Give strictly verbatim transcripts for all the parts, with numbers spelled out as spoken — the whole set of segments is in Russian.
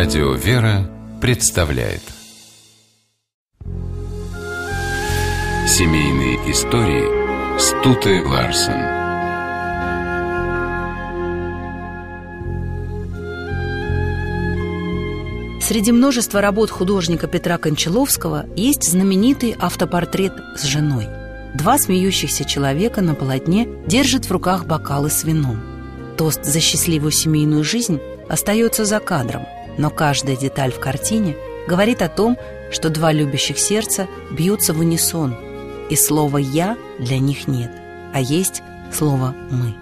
Радио «Вера» представляет семейные истории Стуты Ларсен. Среди множества работ художника Петра Кончаловского есть знаменитый автопортрет с женой. Два смеющихся человека на полотне держат в руках бокалы с вином. Тост за счастливую семейную жизнь остается за кадром, но каждая деталь в картине говорит о том, что два любящих сердца бьются в унисон, и слова «я» для них нет, а есть слово «мы».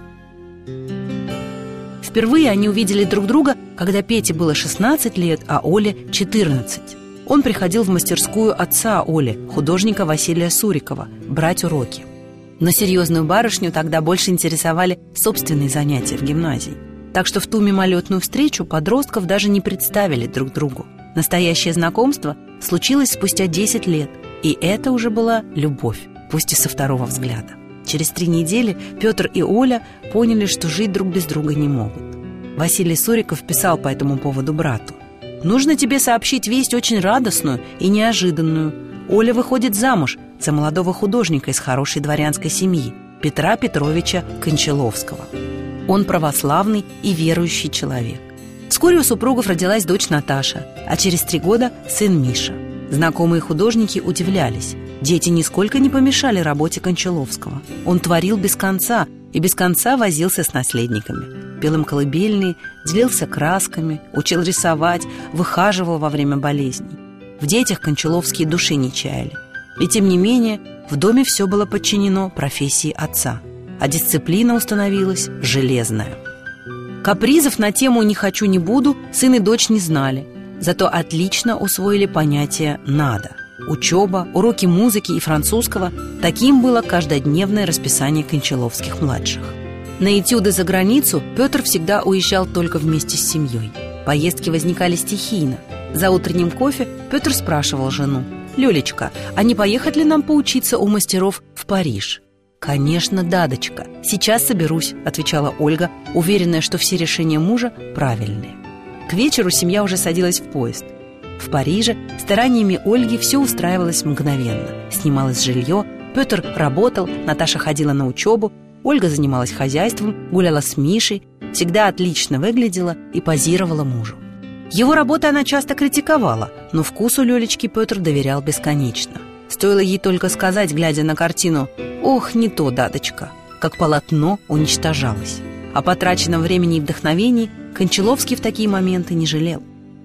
Впервые они увидели друг друга, когда Пете было шестнадцать лет, а Оле четырнадцать. Он приходил в мастерскую отца Оли, художника Василия Сурикова, брать уроки. Но серьезную барышню тогда больше интересовали собственные занятия в гимназии. Так что в ту мимолетную встречу подростков даже не представили друг другу. Настоящее знакомство случилось спустя десять лет, и это уже была любовь, пусть и со второго взгляда. Через три недели Петр и Оля поняли, что жить друг без друга не могут. Василий Суриков писал по этому поводу брату: «Нужно тебе сообщить весть очень радостную и неожиданную. Оля выходит замуж за молодого художника из хорошей дворянской семьи, Петра Петровича Кончаловского. Он православный и верующий человек». Вскоре у супругов родилась дочь Наташа, а через три года сын Миша. Знакомые художники удивлялись. Дети нисколько не помешали работе Кончаловского. Он творил без конца и без конца возился с наследниками. Пел им колыбельные, делился красками, учил рисовать, выхаживал во время болезней. В детях Кончаловские души не чаяли. И тем не менее, в доме все было подчинено профессии отца, а дисциплина установилась железная. Капризов на тему «не хочу, не буду» сын и дочь не знали, зато отлично усвоили понятие «надо». Учеба, уроки музыки и французского – таким было каждодневное расписание Кончаловских-младших. На этюды за границу Петр всегда уезжал только вместе с семьей. Поездки возникали стихийно. За утренним кофе Петр спрашивал жену: «Лёлечка, а не поехать ли нам поучиться у мастеров в Париж?» «Конечно, Дадочка, сейчас соберусь», — отвечала Ольга, уверенная, что все решения мужа правильные. К вечеру семья уже садилась в поезд. В Париже стараниями Ольги все устраивалось мгновенно. Снималось жилье, Петр работал, Наташа ходила на учебу, Ольга занималась хозяйством, гуляла с Мишей, всегда отлично выглядела и позировала мужу. Его работы она часто критиковала, но вкусу Лёлечки Петр доверял бесконечно. Стоило ей только сказать, глядя на картину: «Ох, не то, Дадочка», как полотно уничтожалось. О потраченном времени и вдохновении Кончаловский в такие моменты не жалел.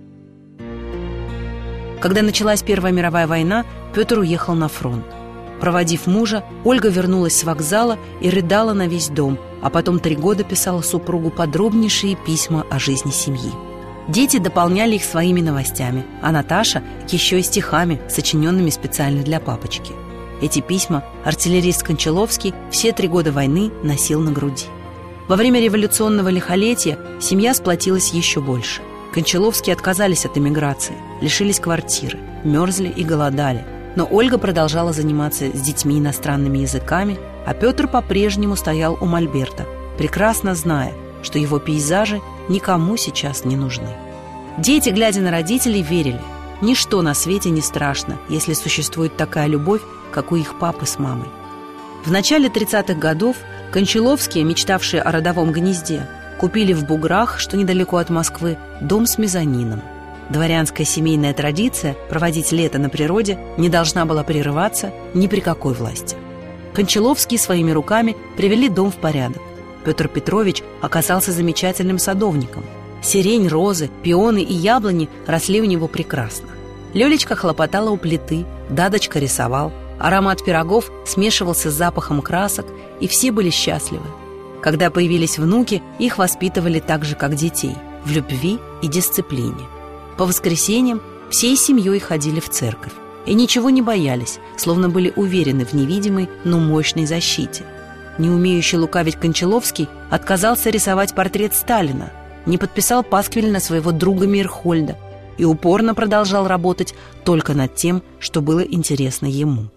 Когда началась Первая мировая война, Петр уехал на фронт. Проводив мужа, Ольга вернулась с вокзала и рыдала на весь дом, а потом три года писала супругу подробнейшие письма о жизни семьи. Дети дополняли их своими новостями, а Наташа еще и стихами, сочиненными специально для папочки. Эти письма артиллерист Кончаловский все три года войны носил на груди. Во время революционного лихолетия семья сплотилась еще больше. Кончаловские отказались от эмиграции, лишились квартиры, мерзли и голодали. Но Ольга продолжала заниматься с детьми иностранными языками, а Петр по-прежнему стоял у мольберта, прекрасно зная, что его пейзажи никому сейчас не нужны. Дети, глядя на родителей, верили: ничто на свете не страшно, если существует такая любовь, как у их папы с мамой. В начале тридцатых годов Кончаловские, мечтавшие о родовом гнезде, купили в Буграх, что недалеко от Москвы, дом с мезонином. Дворянская семейная традиция проводить лето на природе не должна была прерываться ни при какой власти. Кончаловские своими руками привели дом в порядок. Петр Петрович оказался замечательным садовником. Сирень, розы, пионы и яблони росли у него прекрасно. Лёлечка хлопотала у плиты, Дадочка рисовал. Аромат пирогов смешивался с запахом красок, и все были счастливы. Когда появились внуки, их воспитывали так же, как детей, в любви и дисциплине. По воскресеньям всей семьей ходили в церковь и ничего не боялись, словно были уверены в невидимой, но мощной защите. Не умеющий лукавить Кончаловский отказался рисовать портрет Сталина, не подписал пасквиль на своего друга Мейрхольда и упорно продолжал работать только над тем, что было интересно ему.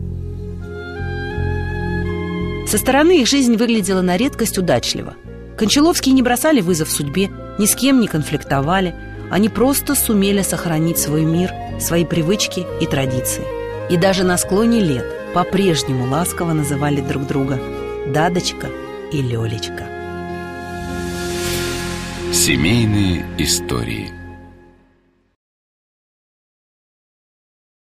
Со стороны их жизнь выглядела на редкость удачливо. Кончаловские не бросали вызов судьбе, ни с кем не конфликтовали. Они просто сумели сохранить свой мир, свои привычки и традиции. И даже на склоне лет по-прежнему ласково называли друг друга Дадочка и Лёлечка. Семейные истории.